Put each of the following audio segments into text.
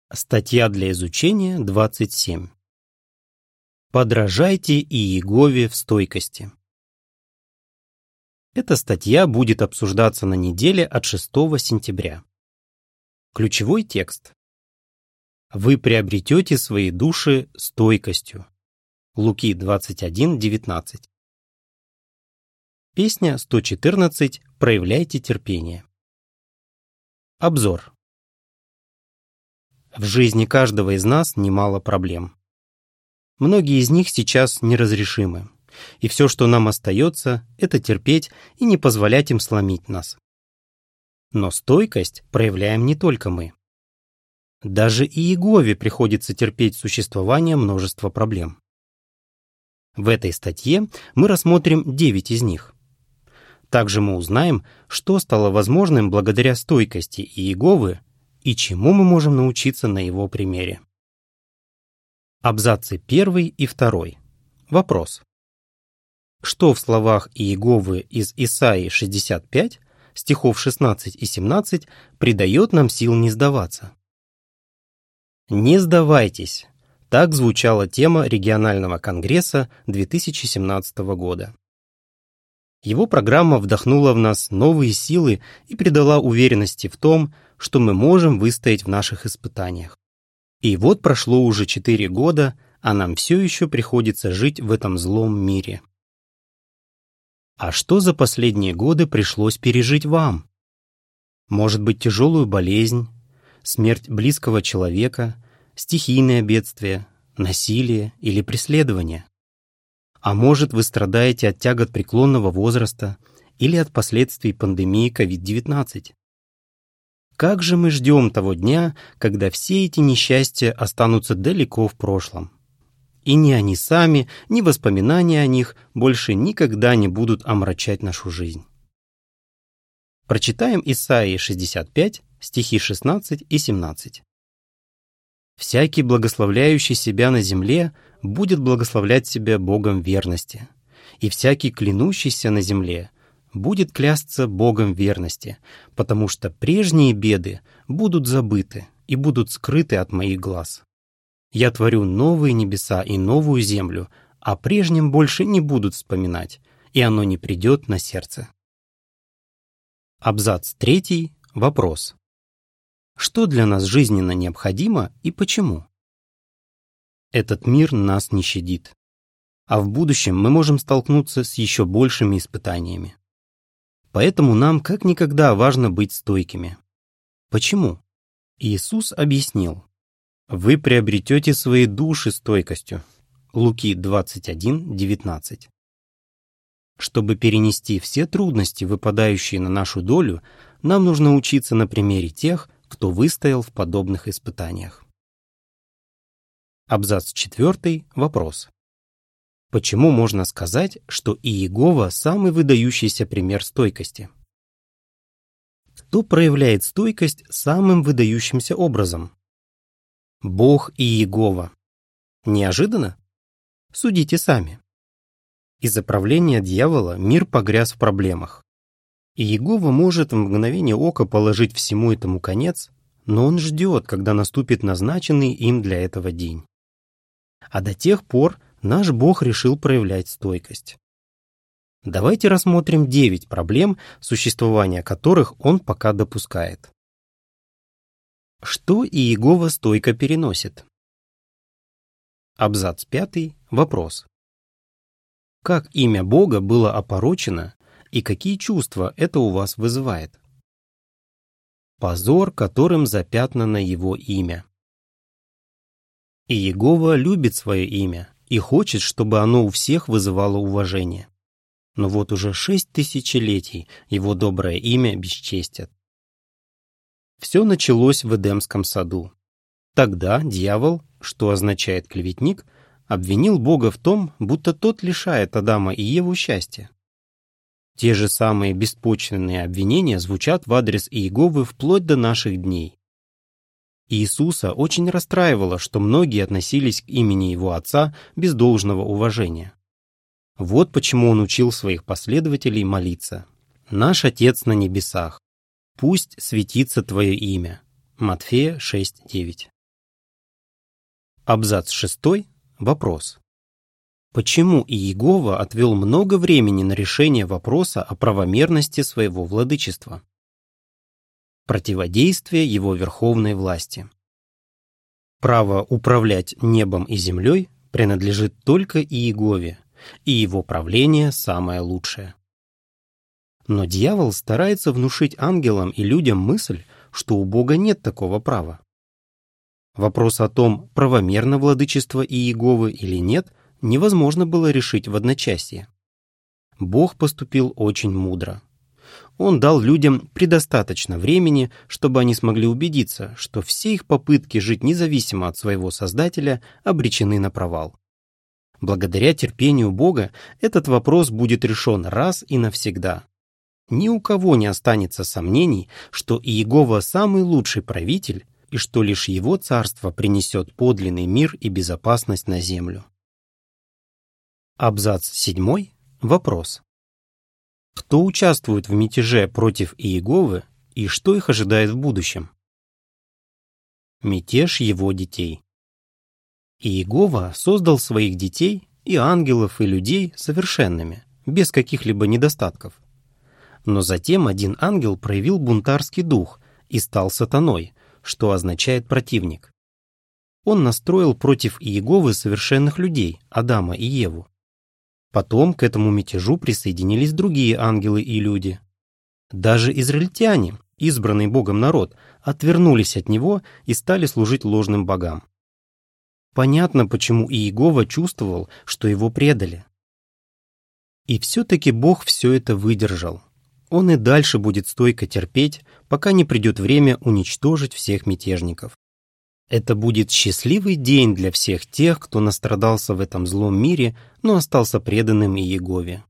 Статья для изучения 27. Подражайте Иегове в стойкости. Эта статья будет обсуждаться на неделе от 6 сентября. Ключевой текст. Вы приобретете свои души стойкостью. Луки 21:19. Песня 114. Проявляйте терпение. Обзор. В жизни каждого из нас немало проблем. Многие из них сейчас неразрешимы, и все, что нам остается, это терпеть и не позволять им сломить нас. Но стойкость проявляем не только мы. Даже Иегове приходится терпеть существование множества проблем. В этой статье мы рассмотрим 9 из них. Также мы узнаем, что стало возможным благодаря стойкости Иеговы и чему мы можем научиться на его примере. Абзацы 1 и 2. Вопрос. Что в словах Иеговы из Исаии 65, стихов 16 и 17, придает нам сил не сдаваться? Не сдавайтесь. Так звучала тема регионального конгресса 2017 года. Его программа вдохнула в нас новые силы и придала уверенности в том, что мы можем выстоять в наших испытаниях. И вот прошло уже 4 года, а нам все еще приходится жить в этом злом мире. А что за последние годы пришлось пережить вам? Может быть, тяжелую болезнь, смерть близкого человека, стихийное бедствие, насилие или преследование? А может, вы страдаете от тягот преклонного возраста или от последствий пандемии COVID-19? Как же мы ждем того дня, когда все эти несчастья останутся далеко в прошлом? И ни они сами, ни воспоминания о них больше никогда не будут омрачать нашу жизнь. Прочитаем Исаии 65, стихи 16 и 17. «Всякий, благословляющий себя на земле, будет благословлять себя Богом верности, и всякий, клянущийся на земле, будет клясться Богом верности, потому что прежние беды будут забыты и будут скрыты от моих глаз. Я творю новые небеса и новую землю, а прежнем больше не будут вспоминать, и оно не придет на сердце». Абзац 3. Вопрос. Что для нас жизненно необходимо и почему? Этот мир нас не щадит, а в будущем мы можем столкнуться с еще большими испытаниями. Поэтому нам как никогда важно быть стойкими. Почему? Иисус объяснил: «Вы приобретете свои души стойкостью». Луки 21:19. Чтобы перенести все трудности, выпадающие на нашу долю, нам нужно учиться на примере тех, кто выстоял в подобных испытаниях. Абзац 4. Вопрос. Почему можно сказать, что Иегова – самый выдающийся пример стойкости? Кто проявляет стойкость самым выдающимся образом? Бог Иегова. Неожиданно? Судите сами. Из-за правления дьявола мир погряз в проблемах. Иегова может в мгновение ока положить всему этому конец, но он ждет, когда наступит назначенный им для этого день. А до тех пор наш Бог решил проявлять стойкость. Давайте рассмотрим 9 проблем, существование которых он пока допускает. Что Иегова стойко переносит? Абзац 5. Вопрос. Как имя Бога было опорочено и какие чувства это у вас вызывает? Позор, которым запятнано его имя. Иегова любит свое имя и хочет, чтобы оно у всех вызывало уважение. Но вот уже 6 тысячелетий его доброе имя бесчестят. Все началось в Эдемском саду. Тогда дьявол, что означает клеветник, обвинил Бога в том, будто тот лишает Адама и Еву счастья. Те же самые беспочвенные обвинения звучат в адрес Иеговы вплоть до наших дней. Иисуса очень расстраивало, что многие относились к имени его отца без должного уважения. Вот почему он учил своих последователей молиться: «Наш Отец на небесах, пусть светится Твое имя». Матфея 6:9. Абзац 6. Вопрос. Почему Иегова отвел много времени на решение вопроса о правомерности своего владычества? Противодействие его верховной власти. Право управлять небом и землей принадлежит только Иегове, и его правление самое лучшее. Но дьявол старается внушить ангелам и людям мысль, что у Бога нет такого права. Вопрос о том, правомерно владычество Иеговы или нет, невозможно было решить в одночасье. Бог поступил очень мудро. Он дал людям предостаточно времени, чтобы они смогли убедиться, что все их попытки жить независимо от своего Создателя обречены на провал. Благодаря терпению Бога этот вопрос будет решен раз и навсегда. Ни у кого не останется сомнений, что Иегова самый лучший правитель и что лишь его царство принесет подлинный мир и безопасность на землю. Абзац 7. Вопрос. Кто участвует в мятеже против Иеговы и что их ожидает в будущем? Мятеж его детей. Иегова создал своих детей, и ангелов, и людей, совершенными, без каких-либо недостатков. Но затем один ангел проявил бунтарский дух и стал сатаной, что означает противник. Он настроил против Иеговы совершенных людей, Адама и Еву. Потом к этому мятежу присоединились другие ангелы и люди. Даже израильтяне, избранный Богом народ, отвернулись от него и стали служить ложным богам. Понятно, почему Иегова чувствовал, что его предали. И все-таки Бог все это выдержал. Он и дальше будет стойко терпеть, пока не придет время уничтожить всех мятежников. Это будет счастливый день для всех тех, кто настрадался в этом злом мире, но остался преданным Иегове.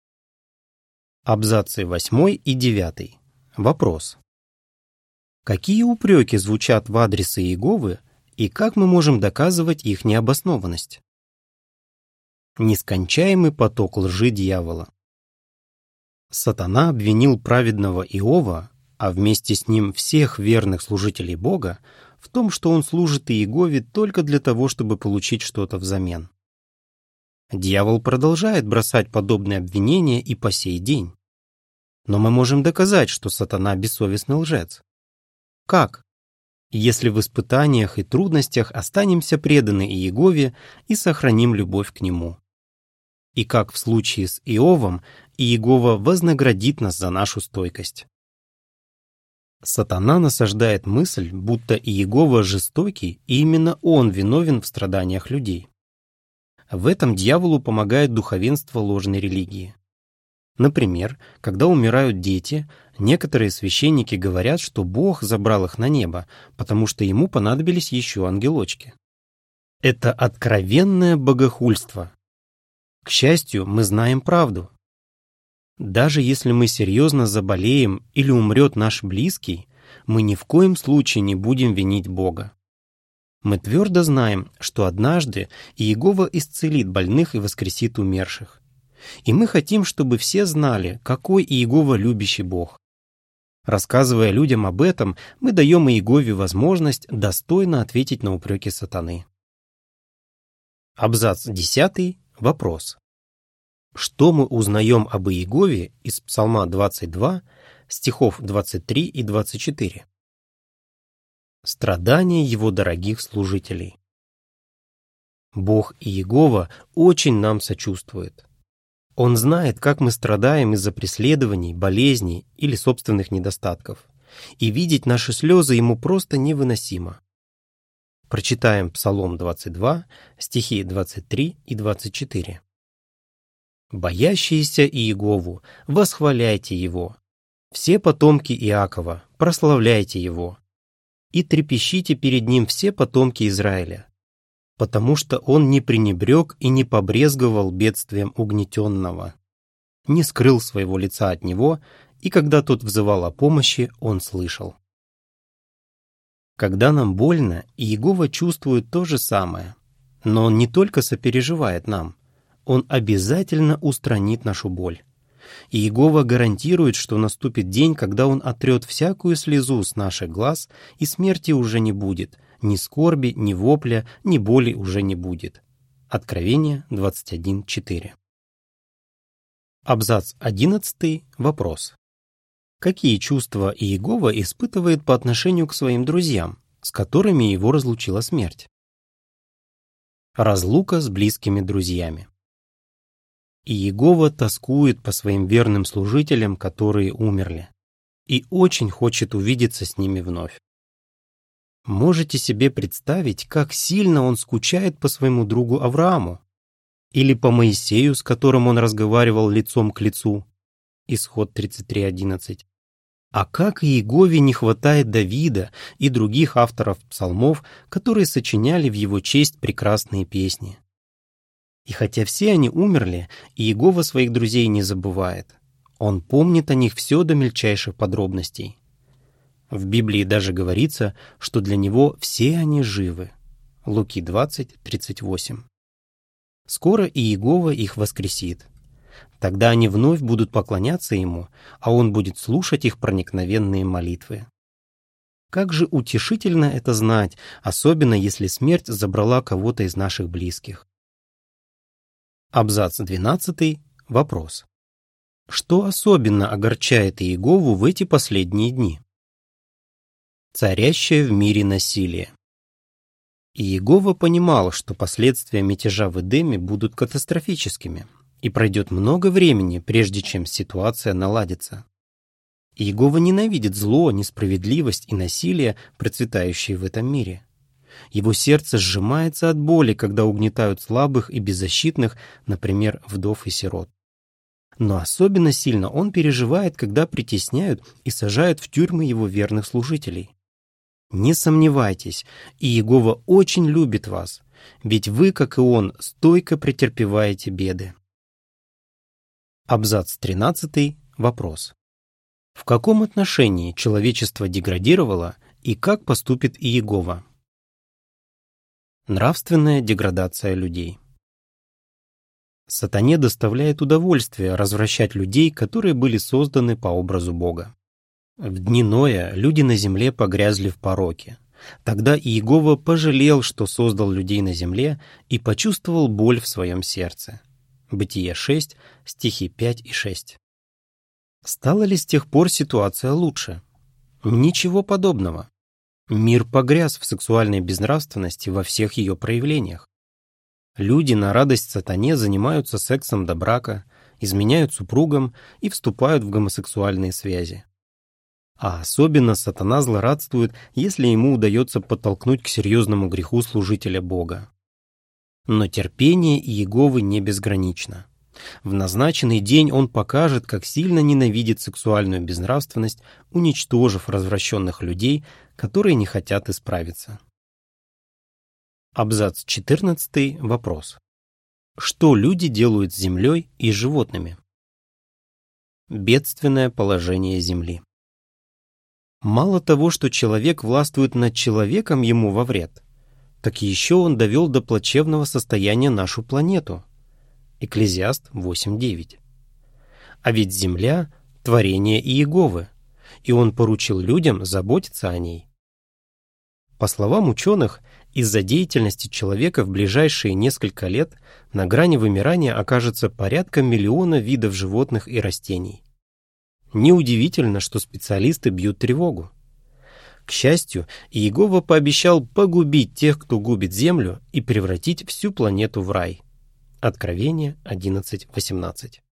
Абзацы 8 и 9. Вопрос. Какие упреки звучат в адрес Иеговы и как мы можем доказывать их необоснованность? Нескончаемый поток лжи дьявола. Сатана обвинил праведного Иова, а вместе с ним всех верных служителей Бога, в том, что он служит Иегове только для того, чтобы получить что-то взамен. Дьявол продолжает бросать подобные обвинения и по сей день. Но мы можем доказать, что сатана бессовестный лжец. Как? Если в испытаниях и трудностях останемся преданы Иегове и сохраним любовь к нему. И как в случае с Иовом, Иегова вознаградит нас за нашу стойкость. Сатана насаждает мысль, будто Иегова жестокий, и именно он виновен в страданиях людей. В этом дьяволу помогает духовенство ложной религии. Например, когда умирают дети, некоторые священники говорят, что Бог забрал их на небо, потому что ему понадобились еще ангелочки. Это откровенное богохульство. К счастью, мы знаем правду. Даже если мы серьезно заболеем или умрет наш близкий, мы ни в коем случае не будем винить Бога. Мы твердо знаем, что однажды Иегова исцелит больных и воскресит умерших. И мы хотим, чтобы все знали, какой Иегова любящий Бог. Рассказывая людям об этом, мы даем Иегове возможность достойно ответить на упреки сатаны. Абзац 10. Вопрос. Что мы узнаем об Иегове из Псалма 22, стихов 23 и 24? Страдания его дорогих служителей. Бог Иегова очень нам сочувствует. Он знает, как мы страдаем из-за преследований, болезней или собственных недостатков, и видеть наши слезы ему просто невыносимо. Прочитаем Псалом 22, стихи 23 и 24. «Боящиеся Иегову, восхваляйте Его. Все потомки Иакова, прославляйте Его. И трепещите перед Ним все потомки Израиля, потому что Он не пренебрег и не побрезговал бедствием угнетенного, не скрыл своего лица от него, и когда тот взывал о помощи, Он слышал». Когда нам больно, Иегова чувствует то же самое, но Он не только сопереживает нам, Он обязательно устранит нашу боль. Иегова гарантирует, что наступит день, когда Он отрет всякую слезу с наших глаз, и смерти уже не будет, ни скорби, ни вопля, ни боли уже не будет. Откровение 21:4. Абзац 11. Вопрос. Какие чувства Иегова испытывает по отношению к своим друзьям, с которыми его разлучила смерть? Разлука с близкими друзьями. Иегова тоскует по своим верным служителям, которые умерли, и очень хочет увидеться с ними вновь. Можете себе представить, как сильно он скучает по своему другу Аврааму? Или по Моисею, с которым он разговаривал лицом к лицу? Исход 33:11. А как Иегове не хватает Давида и других авторов псалмов, которые сочиняли в его честь прекрасные песни. И хотя все они умерли, Иегова своих друзей не забывает. Он помнит о них все до мельчайших подробностей. В Библии даже говорится, что для него все они живы. Луки 20:38. Скоро Иегова их воскресит. Тогда они вновь будут поклоняться ему, а он будет слушать их проникновенные молитвы. Как же утешительно это знать, особенно если смерть забрала кого-то из наших близких. Абзац 12. Вопрос. Что особенно огорчает Иегову в эти последние дни? Царящее в мире насилие. Иегова понимал, что последствия мятежа в Эдеме будут катастрофическими, и пройдет много времени, прежде чем ситуация наладится. Иегова ненавидит зло, несправедливость и насилие, процветающие в этом мире. Его сердце сжимается от боли, когда угнетают слабых и беззащитных, например, вдов и сирот. Но особенно сильно он переживает, когда притесняют и сажают в тюрьмы его верных служителей. Не сомневайтесь, Иегова очень любит вас, ведь вы, как и он, стойко претерпеваете беды. Абзац 13. Вопрос. В каком отношении человечество деградировало и как поступит Иегова? Нравственная деградация людей. Сатане доставляет удовольствие развращать людей, которые были созданы по образу Бога. В дни Ноя люди на земле погрязли в пороке. Тогда Иегова пожалел, что создал людей на земле, и почувствовал боль в своем сердце. Бытие 6, стихи 5 и 6. Стала ли с тех пор ситуация лучше? Ничего подобного. Мир погряз в сексуальной безнравственности во всех ее проявлениях. Люди на радость сатане занимаются сексом до брака, изменяют супругам и вступают в гомосексуальные связи. А особенно сатана злорадствует, если ему удается подтолкнуть к серьезному греху служителя Бога. Но терпение Иеговы не безгранично. В назначенный день он покажет, как сильно ненавидит сексуальную безнравственность, уничтожив развращенных людей, которые не хотят исправиться. Абзац 14. Вопрос. Что люди делают с землей и животными? Бедственное положение земли. Мало того, что человек властвует над человеком ему во вред, так еще он довел до плачевного состояния нашу планету. Экклезиаст 8:9. А ведь земля – творение Иеговы, и он поручил людям заботиться о ней. По словам ученых, из-за деятельности человека в ближайшие несколько лет на грани вымирания окажется порядка 1 миллиона видов животных и растений. Неудивительно, что специалисты бьют тревогу. К счастью, Иегова пообещал погубить тех, кто губит землю, и превратить всю планету в рай. Откровение 11:18.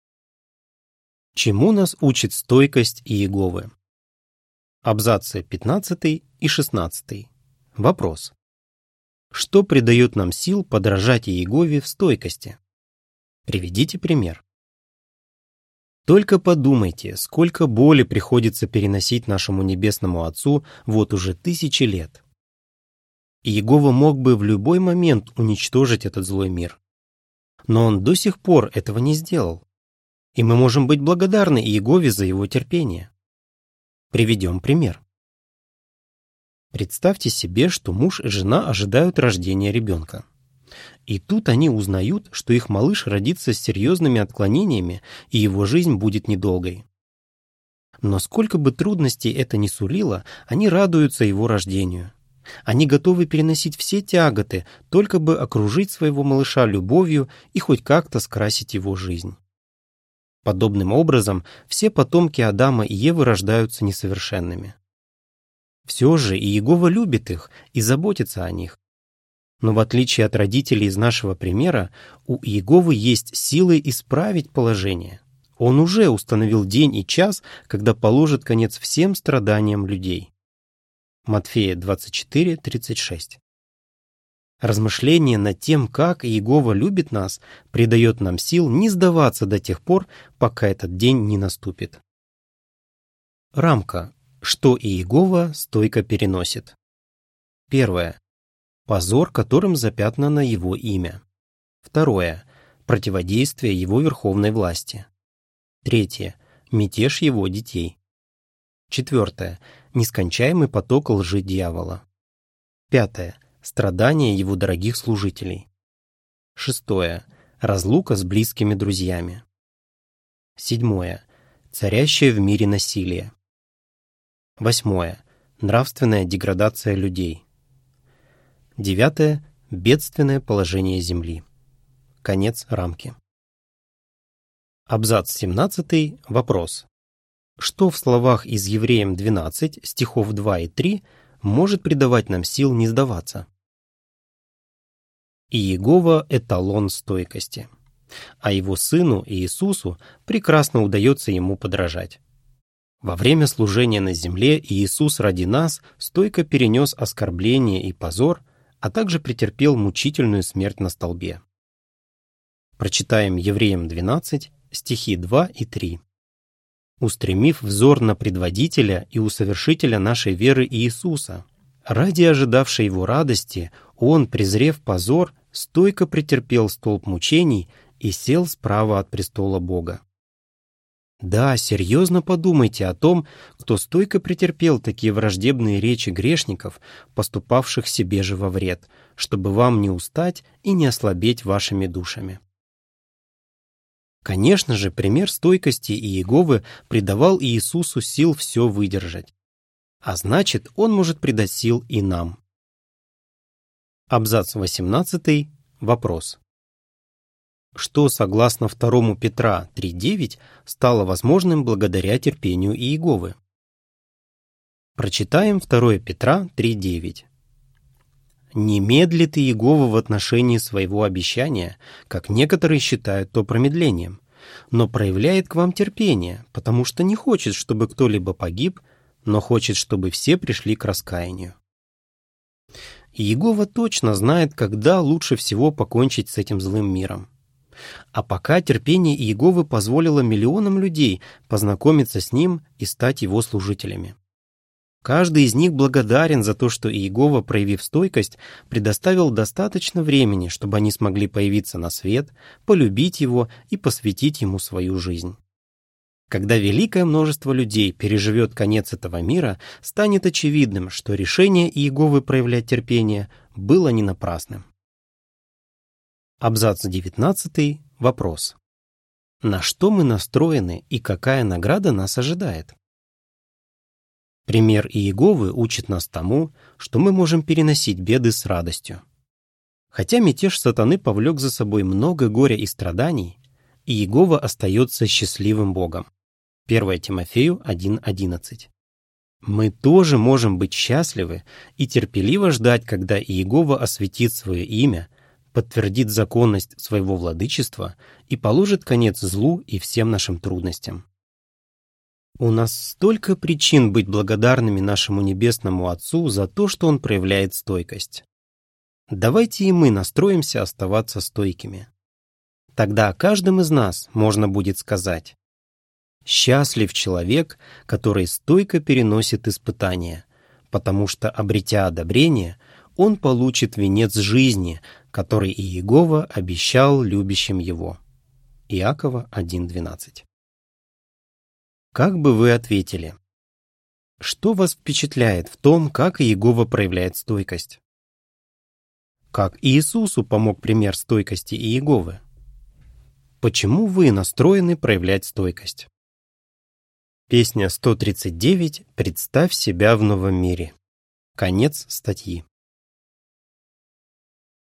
Чему нас учит стойкость Иеговы? Абзацы 15 и 16. Вопрос. Что придает нам сил подражать Иегове в стойкости? Приведите пример. Только подумайте, сколько боли приходится переносить нашему Небесному Отцу вот уже 1000 лет. Иегова мог бы в любой момент уничтожить этот злой мир. Но он до сих пор этого не сделал. И мы можем быть благодарны Иегове за его терпение. Приведем пример. Представьте себе, что муж и жена ожидают рождения ребенка. И тут они узнают, что их малыш родится с серьезными отклонениями, и его жизнь будет недолгой. Но сколько бы трудностей это ни сулило, они радуются его рождению. Они готовы переносить все тяготы, только бы окружить своего малыша любовью и хоть как-то скрасить его жизнь. Подобным образом, все потомки Адама и Евы рождаются несовершенными. Все же Иегова любит их и заботится о них. Но в отличие от родителей из нашего примера, у Иеговы есть силы исправить положение. Он уже установил день и час, когда положит конец всем страданиям людей. Матфея 24:36. Размышление над тем, как Иегова любит нас, придает нам сил не сдаваться до тех пор, пока этот день не наступит. Рамка. Что Иегова стойко переносит. Первое. Позор, которым запятнано его имя. Второе. Противодействие его верховной власти. Третье. Мятеж его детей. Четвертое. Нескончаемый поток лжи дьявола. Пятое. Страдания его дорогих служителей. Шестое. Разлука с близкими друзьями. Седьмое. Царящее в мире насилие. Восьмое. Нравственная деградация людей. Девятое. Бедственное положение земли. Конец рамки. Абзац 17. Вопрос. Что в словах из Евреям 12, стихов 2 и 3 может придавать нам сил не сдаваться? Иегова – эталон стойкости, а его сыну Иисусу прекрасно удается ему подражать. Во время служения на земле Иисус ради нас стойко перенес оскорбление и позор, а также претерпел мучительную смерть на столбе. Прочитаем Евреям 12, стихи 2 и 3. «Устремив взор на предводителя и усовершителя нашей веры Иисуса, ради ожидавшей его радости, он, презрев позор, стойко претерпел столб мучений и сел справа от престола Бога». Да, серьезно подумайте о том, кто стойко претерпел такие враждебные речи грешников, поступавших себе же во вред, чтобы вам не устать и не ослабеть вашими душами. Конечно же, пример стойкости Иеговы придавал Иисусу сил все выдержать. А значит, он может придать сил и нам. Абзац 18. Вопрос. Что, согласно 2 Петра 3:9, стало возможным благодаря терпению Иеговы? Прочитаем 2 Петра 3:9. «Не медлит Иегова в отношении своего обещания, как некоторые считают то промедлением, но проявляет к вам терпение, потому что не хочет, чтобы кто-либо погиб, но хочет, чтобы все пришли к раскаянию». Иегова точно знает, когда лучше всего покончить с этим злым миром. А пока терпение Иеговы позволило миллионам людей познакомиться с ним и стать его служителями. Каждый из них благодарен за то, что Иегова, проявив стойкость, предоставил достаточно времени, чтобы они смогли появиться на свет, полюбить его и посвятить ему свою жизнь. Когда великое множество людей переживет конец этого мира, станет очевидным, что решение Иеговы проявлять терпение было не напрасным. Абзац 19. Вопрос. На что мы настроены и какая награда нас ожидает? Пример Иеговы учит нас тому, что мы можем переносить беды с радостью. Хотя мятеж сатаны повлек за собой много горя и страданий, Иегова остается счастливым Богом. 1 Тимофею 1:11. Мы тоже можем быть счастливы и терпеливо ждать, когда Иегова осветит свое имя, подтвердит законность своего владычества и положит конец злу и всем нашим трудностям. У нас столько причин быть благодарными нашему Небесному Отцу за то, что Он проявляет стойкость. Давайте и мы настроимся оставаться стойкими. Тогда о каждом из нас можно будет сказать: «Счастлив человек, который стойко переносит испытания, потому что, обретя одобрение, он получит венец жизни, который Иегова обещал любящим его». Иакова 1:12. Как бы вы ответили? Что вас впечатляет в том, как Иегова проявляет стойкость? Как Иисусу помог пример стойкости Иеговы? Почему вы настроены проявлять стойкость? Песня 139 «Представь себя в новом мире». Конец статьи.